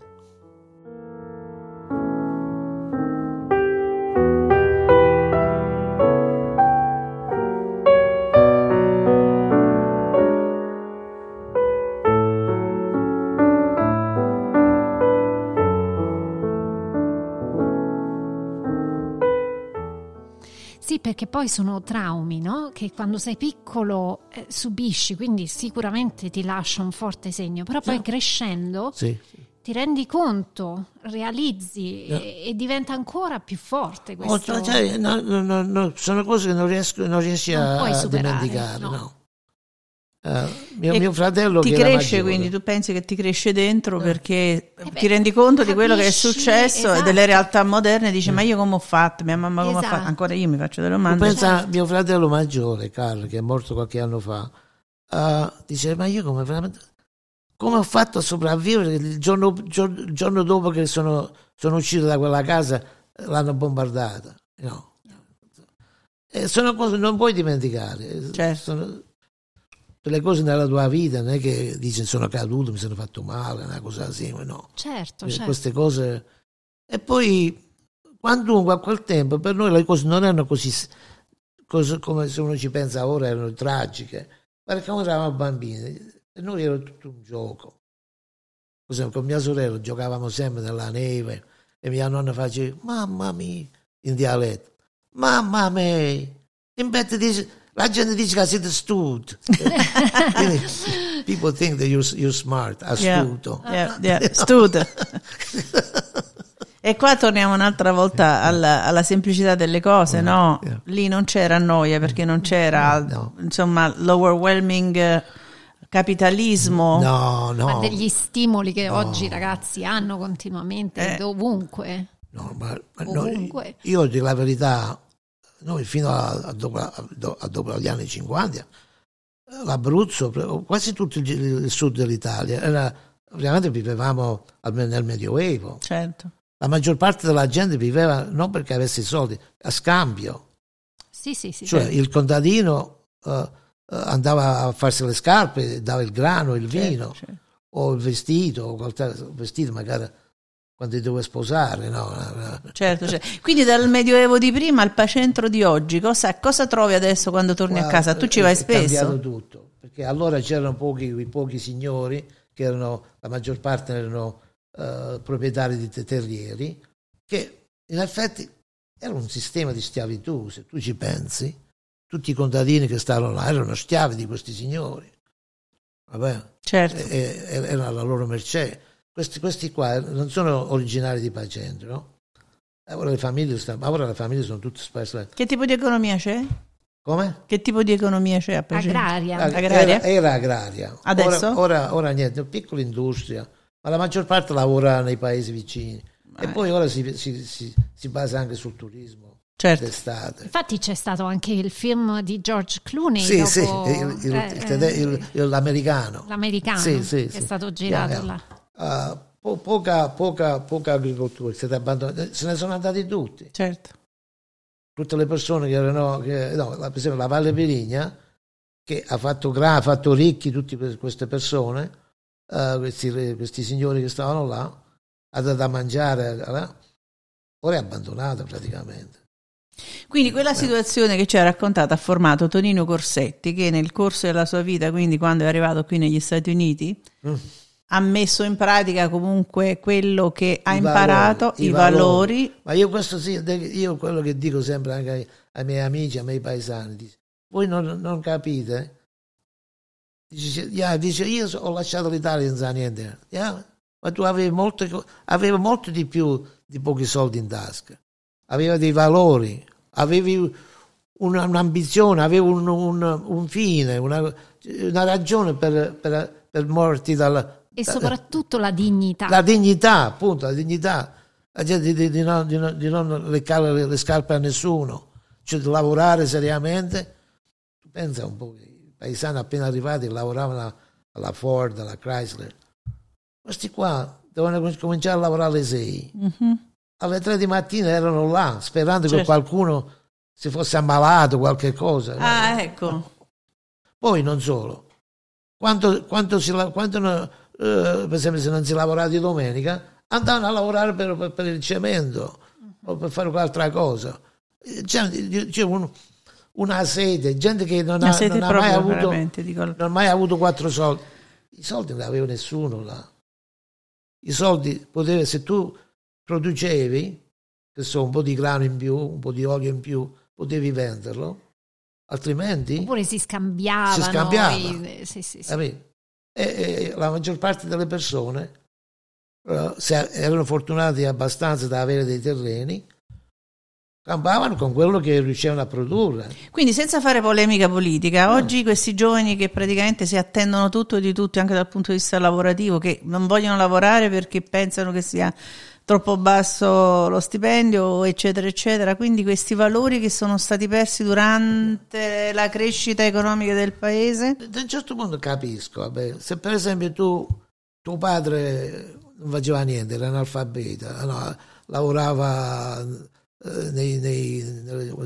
Sì, perché poi sono traumi, no? Che quando sei piccolo subisci, quindi sicuramente ti lascia un forte segno, però poi crescendo ti rendi conto, realizzi e diventa ancora più forte questo. Sono cose che non riesci a dimenticare, no. Mio fratello ti che cresce, era quindi tu pensi che ti cresce dentro perché ti rendi conto di quello che è successo e delle realtà moderne e dici: ma io come ho fatto, mia mamma come ha fatto, ancora io mi faccio delle domande. Pensa mio fratello maggiore Carlo, che è morto qualche anno fa, dice: ma io come ho fatto a sopravvivere? Il giorno dopo che sono uscito da quella casa l'hanno bombardata, no. Sono cose che non puoi dimenticare. Certo. Le cose nella tua vita non è che dici: sono caduto, mi sono fatto male, una cosa così, no. Certo. Queste cose. E poi quando a quel tempo per noi le cose non erano così come se uno ci pensa ora, erano tragiche, perché noi eravamo bambini e noi era tutto un gioco. Per esempio, con mia sorella giocavamo sempre nella neve e mia nonna faceva: mamma mia, in dialetto, mamma mia, in bed dice. La gente dice che siete stupidi. People think that you're smart, astuto. Studo. E qua torniamo un'altra volta alla semplicità delle cose, no? Lì non c'era noia perché non c'era, insomma, l'overwhelming capitalismo. No. Ma degli stimoli che oggi i ragazzi hanno continuamente, dovunque. No, ma ovunque. io dico la verità, noi fino a dopo gli anni 50, l'Abruzzo, quasi tutto il sud dell'Italia, ovviamente vivevamo nel Medioevo. Certo. La maggior parte della gente viveva non perché avesse i soldi, a scambio. Sì. Cioè il contadino andava a farsi le scarpe, dava il grano, il vino, certo. o il vestito, o il vestito magari quando ti doveva sposare. No? Certo. Quindi dal Medioevo di prima al Pacentro di oggi, cosa trovi adesso quando torni a casa? Tu ci vai spesso? È cambiato tutto, perché allora c'erano pochi signori, che erano, la maggior parte erano proprietari di terrieri, che in effetti era un sistema di schiavitù. Se tu ci pensi, tutti i contadini che stavano là erano schiavi di questi signori. Vabbè, certo. Erano alla loro mercé. Questi qua non sono originari di Pacentro, no? Ora le famiglie sono tutte sparse. Che tipo di economia c'è? Come? Che tipo di economia c'è a Pacentro? Agraria. Era agraria. Adesso? Ora niente, piccola industria, ma la maggior parte lavora nei paesi vicini. E poi ora si basa anche sul turismo. Certo. D'estate. Infatti c'è stato anche il film di George Clooney. Sì, dopo, l'americano. L'americano, sì, che è stato girato là. Poca agricoltura, se ne sono andati tutti. Certo. Tutte le persone che erano, per esempio la Valle Virigna, che ha fatto ricchi tutte queste persone, questi signori che stavano là, ha dato da mangiare, ora è abbandonata praticamente. Quindi quella situazione che ci ha raccontato ha formato Tonino Corsetti, che nel corso della sua vita, quindi quando è arrivato qui negli Stati Uniti, ha messo in pratica comunque quello che ha imparato, i valori. Ma io io quello che dico sempre anche ai miei amici, ai miei paesani, voi non capite? Dice, io ho lasciato l'Italia senza niente, ma tu avevi molto di più di pochi soldi in tasca, avevi dei valori, avevi un'ambizione, avevi un fine, una ragione per muoverti e soprattutto la dignità. La dignità, appunto, la dignità. La gente di non leccare le scarpe a nessuno, cioè di lavorare seriamente. Tu pensa un po', i paesani appena arrivati lavoravano alla Ford, alla Chrysler. Questi qua dovevano cominciare a lavorare alle 6. Mm-hmm. Alle 3 di mattina erano là, sperando che qualcuno si fosse ammalato, qualche cosa. Ecco. Poi non solo. Per esempio, se non si lavorava di domenica, andavano a lavorare per il cemento o per fare qualche altra cosa. C'è una sete, gente che non ha mai avuto 4 soldi. I soldi non li aveva nessuno là. I soldi se tu producevi, che so, un po' di grano in più, un po' di olio in più, potevi venderlo, altrimenti... Oppure si scambiavano. Sì. E la maggior parte delle persone, se erano fortunati abbastanza da avere dei terreni, campavano con quello che riuscivano a produrre. Quindi, senza fare polemica politica, oggi questi giovani che praticamente si attendono tutto e di tutti, anche dal punto di vista lavorativo, che non vogliono lavorare perché pensano che sia troppo basso lo stipendio, eccetera, eccetera. Quindi questi valori che sono stati persi durante la crescita economica del paese? Da un certo punto capisco. Vabbè. Se per esempio tuo padre non faceva niente, era analfabeta, lavorava nelle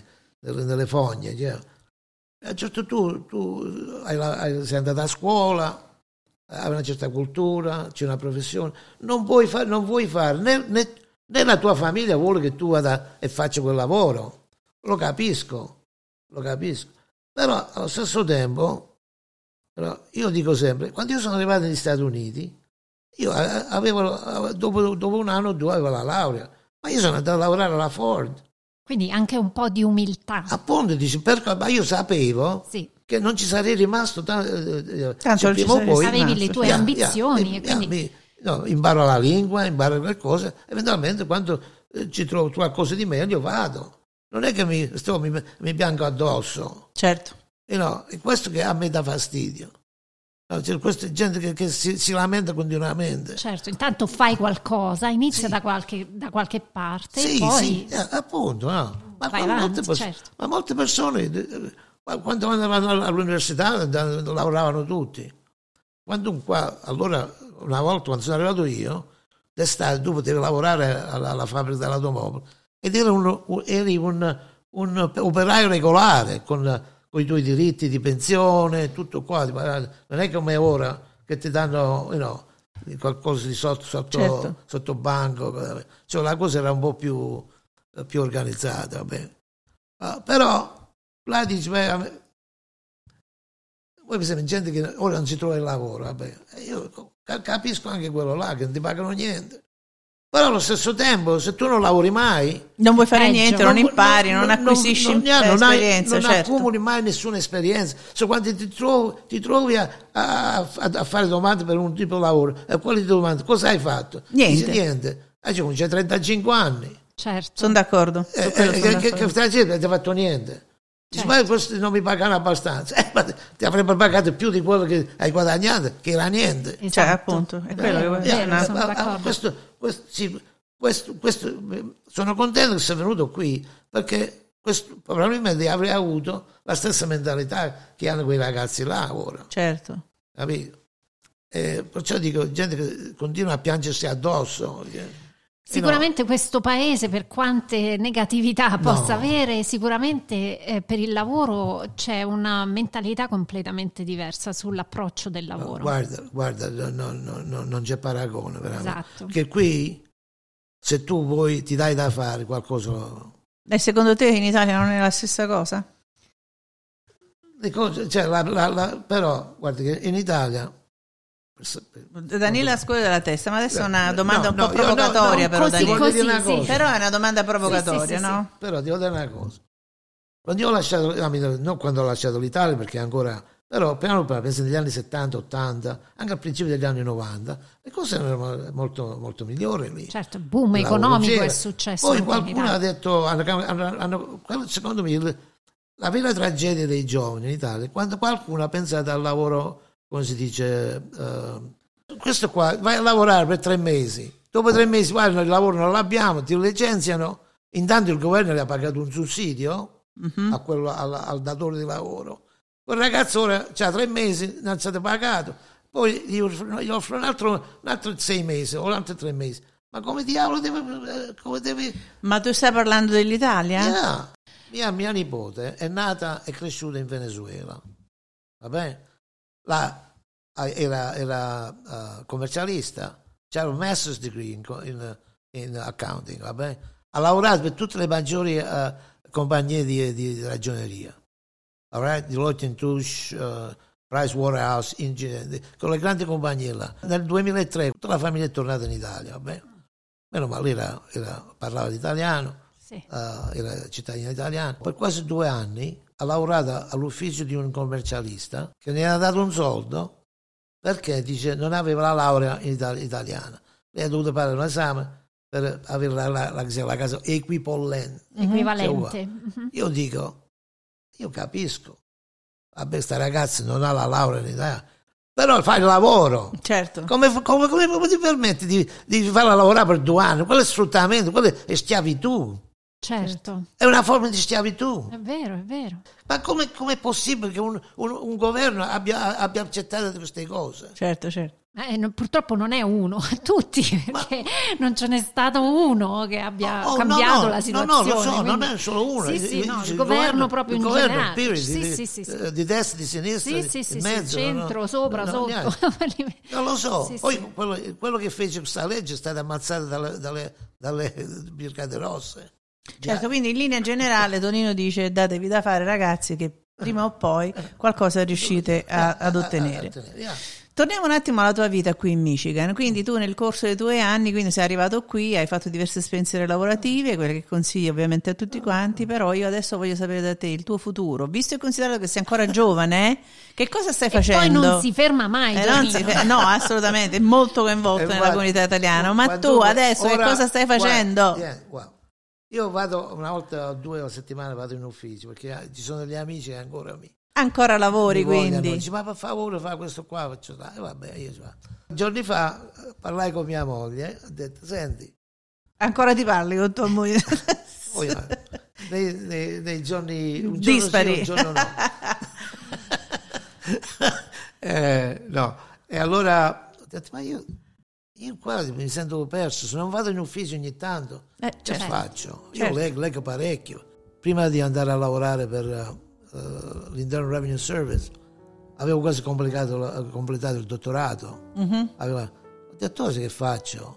fogne, cioè. A un certo tu sei andato a scuola, hai una certa cultura, c'è una professione, non vuoi fare né la tua famiglia vuole che tu vada e faccia quel lavoro. Lo capisco. Però allo stesso tempo, io dico sempre, quando io sono arrivato negli Stati Uniti, io avevo dopo un anno o 2 avevo la laurea, ma io sono andato a lavorare alla Ford. Quindi anche un po' di umiltà. Appunto, ma io sapevo che non ci sarei rimasto tanto prima o poi avevi le tue ambizioni e quindi imparo la lingua, imparo qualcosa, eventualmente quando ci trovo qualcosa di meglio vado, non è che mi bianco addosso, certo, è questo che a me dà fastidio, No, c'è questa gente che si lamenta continuamente. Certo, intanto fai qualcosa, inizia da qualche parte, Sì, poi appunto, no. vai avanti, certo. Ma molte persone, quando andavano all'università, lavoravano tutti. Allora, una volta, quando sono arrivato io, d'estate tu potevi lavorare alla fabbrica dell'automobile ed eri un operaio regolare con i tuoi diritti di pensione, tutto qua. Non è come ora che ti danno qualcosa di sotto banco. Cioè, la cosa era un po' più organizzata. Vabbè. Però là dici, poi mi sembra gente che ora non si trova il lavoro. Vabbè. Io capisco anche quello là, che non ti pagano niente. Però allo stesso tempo, se tu non lavori mai, non vuoi fare niente, non impari, non acquisisci esperienza, non certo. accumuli mai nessuna esperienza. Quando ti trovi a fare domande per un tipo di lavoro, e quali domande? Cosa hai fatto? Niente. Dici, niente. C'è 35 anni. Certo. Sono d'accordo. Che non hai fatto niente. Dici, ma questi non mi pagano abbastanza. Ma ti avrebbero pagato più di quello che hai guadagnato, che era niente. Esatto. Cioè, appunto, è quello che vuoi dire. Sono d'accordo. Questo, sono contento che sei venuto qui, perché probabilmente avrei avuto la stessa mentalità che hanno quei ragazzi là ora. Certo. Capito? Perciò dico, gente che continua a piangersi addosso. Sicuramente questo paese, per quante negatività possa avere, sicuramente per il lavoro c'è una mentalità completamente diversa sull'approccio del lavoro. Guarda, non c'è paragone, veramente. Esatto. Che qui, se tu vuoi, ti dai da fare qualcosa. E secondo te in Italia non è la stessa cosa? Le cose, cioè, però, guarda che in Italia... Daniela scuola della testa, ma adesso è una domanda un po' provocatoria, però così, Daniela. sì. Però è una domanda provocatoria, sì. no? Però ti devo dire una cosa. Quando io ho lasciato, non quando ho lasciato l'Italia, perché ancora, però piano piano, penso negli anni 70, 80, anche al principio degli anni 90, le cose erano molto, molto migliori lì. Certo, il boom economico è successo. Poi qualcuno ha detto, secondo me, la vera tragedia dei giovani in Italia è quando qualcuno ha pensato al lavoro, come si dice, questo qua, vai a lavorare per 3 mesi, dopo 3 mesi guarda, il lavoro non l'abbiamo, ti licenziano, intanto il governo gli ha pagato un sussidio al datore di lavoro, quel ragazzo ora ha 3 mesi, non è stato pagato, poi gli offrono un altro 6 mesi o altri 3 mesi, ma come diavolo devi... Ma tu stai parlando dell'Italia? Mia nipote è nata e cresciuta in Venezuela, va bene? Là era commercialista, c'era un master's degree in accounting, va bene? Ha lavorato per tutte le maggiori compagnie di ragioneria, right? Deloitte & Touche, Price Waterhouse, con le grandi compagnie là. Nel 2003 tutta la famiglia è tornata in Italia, va bene? Meno male, parlava l'italiano, era cittadina italiana. Per quasi 2 anni ha lavorato all'ufficio di un commercialista che ne ha dato un soldo perché dice non aveva la laurea in italiana. Lei ha dovuto fare un esame per avere la casa equivalente. Cioè, io dico, io capisco, vabbè, sta ragazza non ha la laurea in italiana, però fa il lavoro. Certo. Come ti permetti di farla lavorare per 2 anni? Quello è sfruttamento, quello è schiavitù. Certo. È una forma di schiavitù. È vero. Ma com'è possibile che un governo abbia accettato queste cose? Certo. Purtroppo non è uno, tutti, perché non ce n'è stato uno che abbia cambiato la situazione. No, lo so, non è solo uno. Il governo proprio in generale. Di destra, di sinistra, in mezzo. Centro, sopra, sotto. Non lo so. Poi quello che fece questa legge è stato ammazzato dalle Brigate Rosse. Certo, quindi in linea generale Tonino dice datevi da fare ragazzi che prima o poi qualcosa riuscite ad ottenere. Torniamo un attimo alla tua vita qui in Michigan. Quindi tu nel corso dei tuoi anni, quindi sei arrivato qui, hai fatto diverse esperienze lavorative, quelle che consiglio ovviamente a tutti quanti, però io adesso voglio sapere da te il tuo futuro, visto e considerato che sei ancora giovane, che cosa stai facendo? Poi non si ferma mai. No, assolutamente, è molto coinvolto nella comunità italiana, ma tu adesso che cosa stai facendo? Io vado una volta o 2 settimane vado in ufficio perché ci sono degli amici che ancora Ancora lavori, quindi? Dice, ma per favore fa questo qua, faccio vabbè, io ci vado. Giorni fa parlai con mia moglie, ho detto, senti, ancora ti parli con tua moglie? Nei giorni, un dispari. Giorno sì, un giorno no. No, e allora ho detto, ma io qua mi sento perso, se non vado in ufficio ogni tanto, che faccio? Io leggo parecchio. Prima di andare a lavorare per l'Internal Revenue Service, avevo quasi completato il dottorato. Ho detto, che faccio?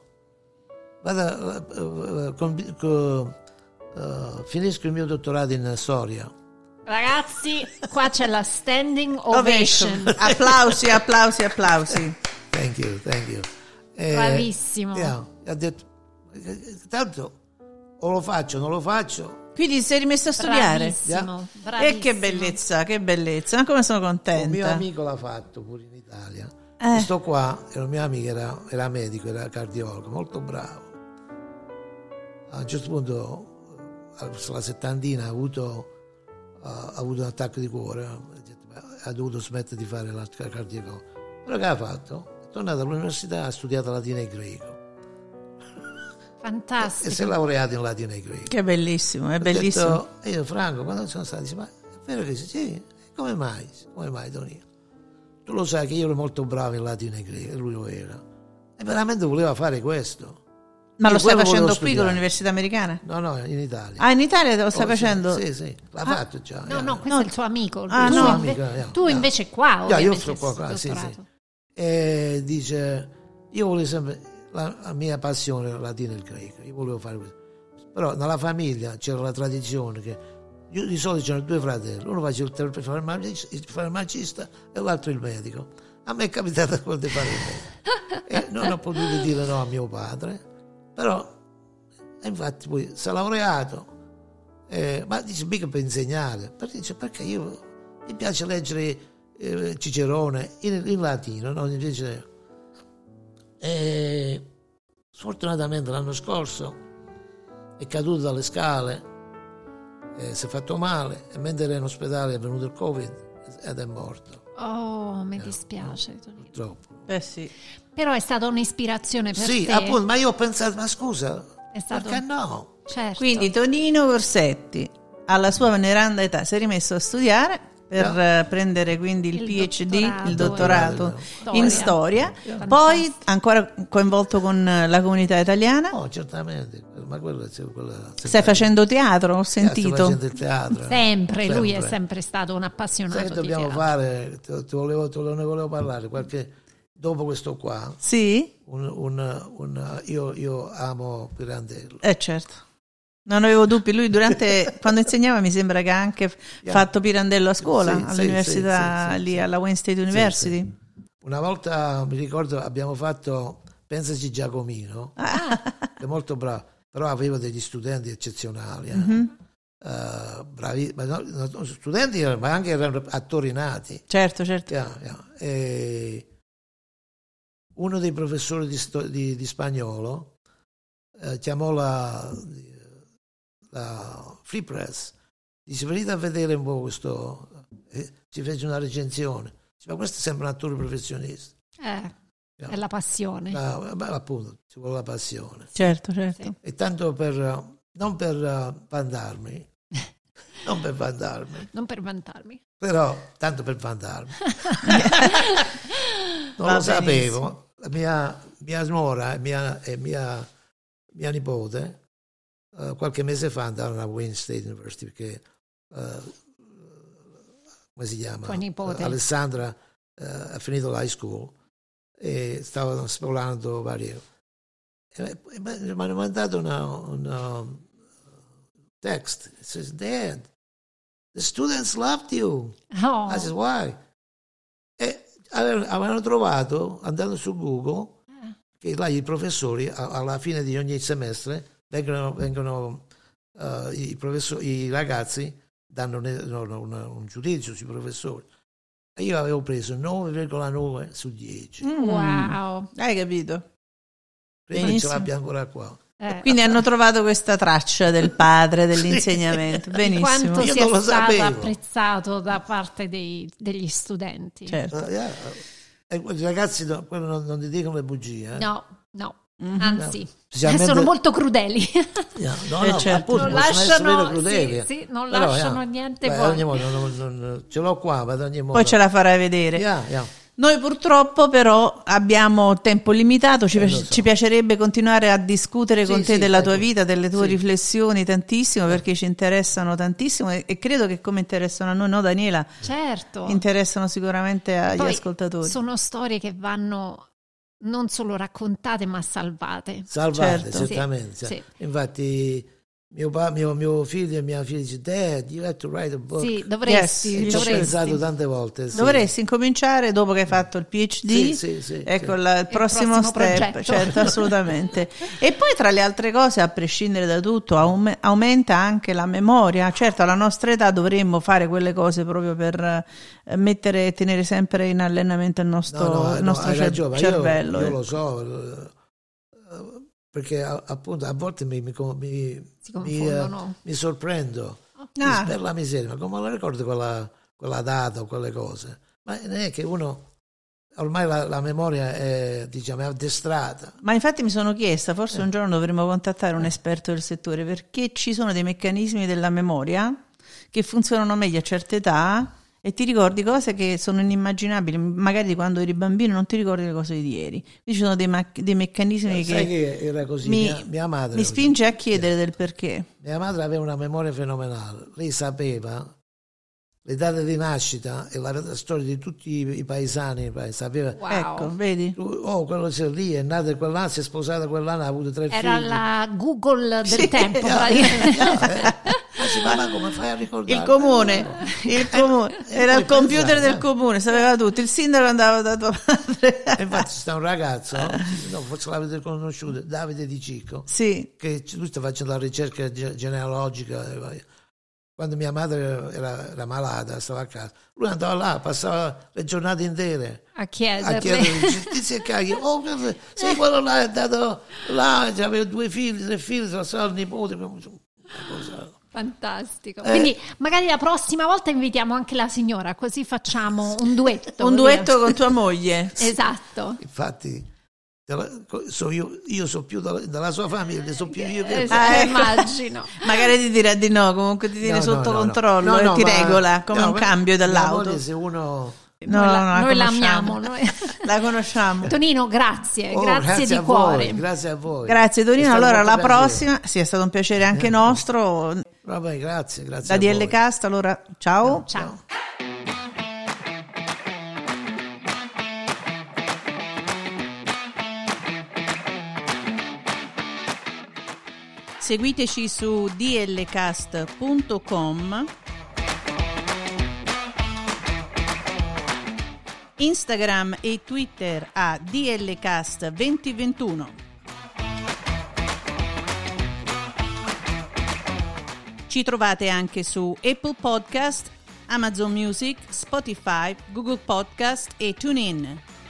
Finisco il mio dottorato in storia. Ragazzi, qua c'è la standing ovation. Applausi. Thank you. Bravissimo. Ha detto, tanto o lo faccio o non lo faccio. Quindi ti sei rimesso a studiare? Bravissimo. E che bellezza, ma come sono contenta. Un mio amico l'ha fatto pure in Italia. Questo qua era un mio amico, era medico, era cardiologo, molto bravo. A un certo punto, sulla settantina, ha avuto un attacco di cuore, ha dovuto smettere di fare la cardiologo. Però che ha fatto? È tornato all'università, ha studiato latino e greco. Fantastico. E si è laureato in latino e greco. Che bellissimo, è bellissimo. Detto, io, Franco, quando sono stato, dice, ma è vero che sì, come mai Tonino? Tu lo sai che io ero molto bravo in latino e greco, e lui lo era. E veramente voleva fare questo. Ma io lo stai facendo qui studiare. con l'università americana? No, in Italia. Ah, in Italia te lo stai facendo? Sì, l'ha fatto già. No, questo è il suo amico. Tu invece qua, io ovviamente. sto qua, sì. E dice, io volevo sempre, la mia passione era latino e il greco, io volevo fare questo. Però nella famiglia c'era la tradizione che di solito c'erano due fratelli, uno faceva il farmacista e l'altro il medico. A me è capitato di fare il medico e non ho potuto dire no a mio padre, però infatti poi si è laureato, ma dice mica per insegnare, perché mi piace leggere Cicerone in latino, no? Invece, sfortunatamente l'anno scorso è caduto dalle scale, si è fatto male e mentre era in ospedale è venuto il Covid ed è morto. Oh, mi dispiace. Purtroppo. Sì. Però è stata un'ispirazione per te. Sì, appunto, ma io ho pensato, ma scusa, perché no? Certo. Quindi Tonino Corsetti, alla sua veneranda età, si è rimesso a studiare per prendere quindi il PhD, il dottorato in storia. Poi ancora coinvolto con la comunità italiana? No, certamente, ma stai facendo teatro, ho sentito. Sto facendo il teatro. Sempre, lui è sempre stato un appassionato. Sai che dobbiamo fare? Te ne volevo parlare dopo questo qua. Sì? Io amo Pirandello. Certo. Non avevo dubbi, lui quando insegnava mi sembra che ha anche fatto Pirandello a scuola, all'università lì alla Wayne State University. Sì. Una volta mi ricordo abbiamo fatto Pensaci Giacomino, è molto bravo, però aveva degli studenti eccezionali, bravi, ma no, studenti ma anche erano attori nati. Certo. E uno dei professori di spagnolo chiamò la Free Press, dice venite a vedere un po' questo, ci fece una recensione, dice, ma questo sembra un attore professionista. È la passione. Appunto, ci vuole la passione. Certo. Sì. E tanto non per vantarmi, però tanto per vantarmi. Non lo sapevo, mia nuora e mia nipote qualche mese fa andarono a Wayne State University perché come si chiama? Alessandra ha finito l'high school e stavano esplorando varie mi hanno mandato un text. It says, Dad, the students loved you. I said, why? E avevano trovato andando su Google che là i professori alla fine di ogni semestre vengono i ragazzi danno un giudizio sui professori e io avevo preso 9,9 su 10. Wow, hai capito? Credo che ce l'abbia ancora qua. Quindi hanno trovato questa traccia del padre, dell'insegnamento. Benissimo. Quanto Io sia non lo stato sapevo. apprezzato da parte degli studenti. Certo. I ragazzi quello non ti dicono le bugie. No, anzi, Specialmente- sono molto crudeli. No, certo. appunto, Non possono essere meno lasciano, crudeli. sì, non Però, lasciano niente beh, fuori. ogni modo, ce l'ho qua, ma ad ogni modo. Poi ce la farai vedere. Noi purtroppo però abbiamo tempo limitato, lo so. ci piacerebbe continuare a discutere con te della tua vita, delle tue riflessioni tantissimo, perché ci interessano tantissimo e credo che come interessano a noi, no Daniela? Certo. Interessano sicuramente agli Poi ascoltatori. sono storie che vanno non solo raccontate ma salvate. Salvate, Certo. certamente. Sì. Infatti mio figlio e mia figlia dice: Dad, you have to write a book. Sì, dovresti. Yes, E ci ho dovresti. pensato tante volte. Sì. Dovresti incominciare dopo che hai fatto il PhD, Sì, ecco sì. il prossimo step, progetto. certo, assolutamente. E poi tra le altre cose, a prescindere da tutto, aumenta anche la memoria. Certo, alla nostra età dovremmo fare quelle cose proprio per tenere sempre in allenamento il nostro, il nostro hai ragione, cervello. Io lo so, perché appunto a volte mi confondono. mi sorprendo. Ah. Per la miseria, ma come la ricordo quella data o quelle cose? Ma non è che uno ormai la memoria è, diciamo, è addestrata. Ma infatti mi sono chiesta, forse un giorno dovremmo contattare un esperto del settore, perché ci sono dei meccanismi della memoria che funzionano meglio a certe età e ti ricordi cose che sono inimmaginabili, magari di quando eri bambino non ti ricordi le cose di ieri. Quindi ci sono dei meccanismi Sai che era così, mia madre mi spinge a chiedere del perché. Mia madre aveva una memoria fenomenale, lei sapeva le date di nascita e la storia di tutti i paesani, sapeva. Wow. Ecco, vedi? Quello lì è nato quell'anno, si è sposata quell'anno, ha avuto 3 figli. Era la Google del tempo, praticamente. Ma come fai a ricordare? Il comune, era il computer del comune, sapeva tutto. Il sindaco andava da tuo padre. E infatti sta un ragazzo, no, forse l'avete conosciuto, Davide Di Cicco, Sì. che lui sta facendo la ricerca genealogica. Quando mia madre era malata, stava a casa, lui andava là, passava le giornate intere A chiederle. a chiedere giustizia e cagli. Sì, quello là è andato là, aveva 2 figli, 3 figli, tra il nipote. Fantastico. Quindi magari la prossima volta invitiamo anche la signora, così facciamo un duetto. Un duetto con tua moglie. Esatto. Infatti, io so più della sua famiglia, so più io che Immagino. Magari ti dirà di no, comunque ti tiene sotto controllo e ti regola come un cambio dall'auto. Se uno... Noi la amiamo. La conosciamo. Tonino, grazie di a cuore. Voi, grazie a voi. Grazie Tonino, allora alla molto prossima. Sì, è stato un piacere anche nostro. Vabbè, grazie Da a DL voi. Cast, allora ciao. Ciao. Seguiteci su dlcast.com, Instagram e Twitter a dlcast2021. Ci trovate anche su Apple Podcast, Amazon Music, Spotify, Google Podcast e TuneIn.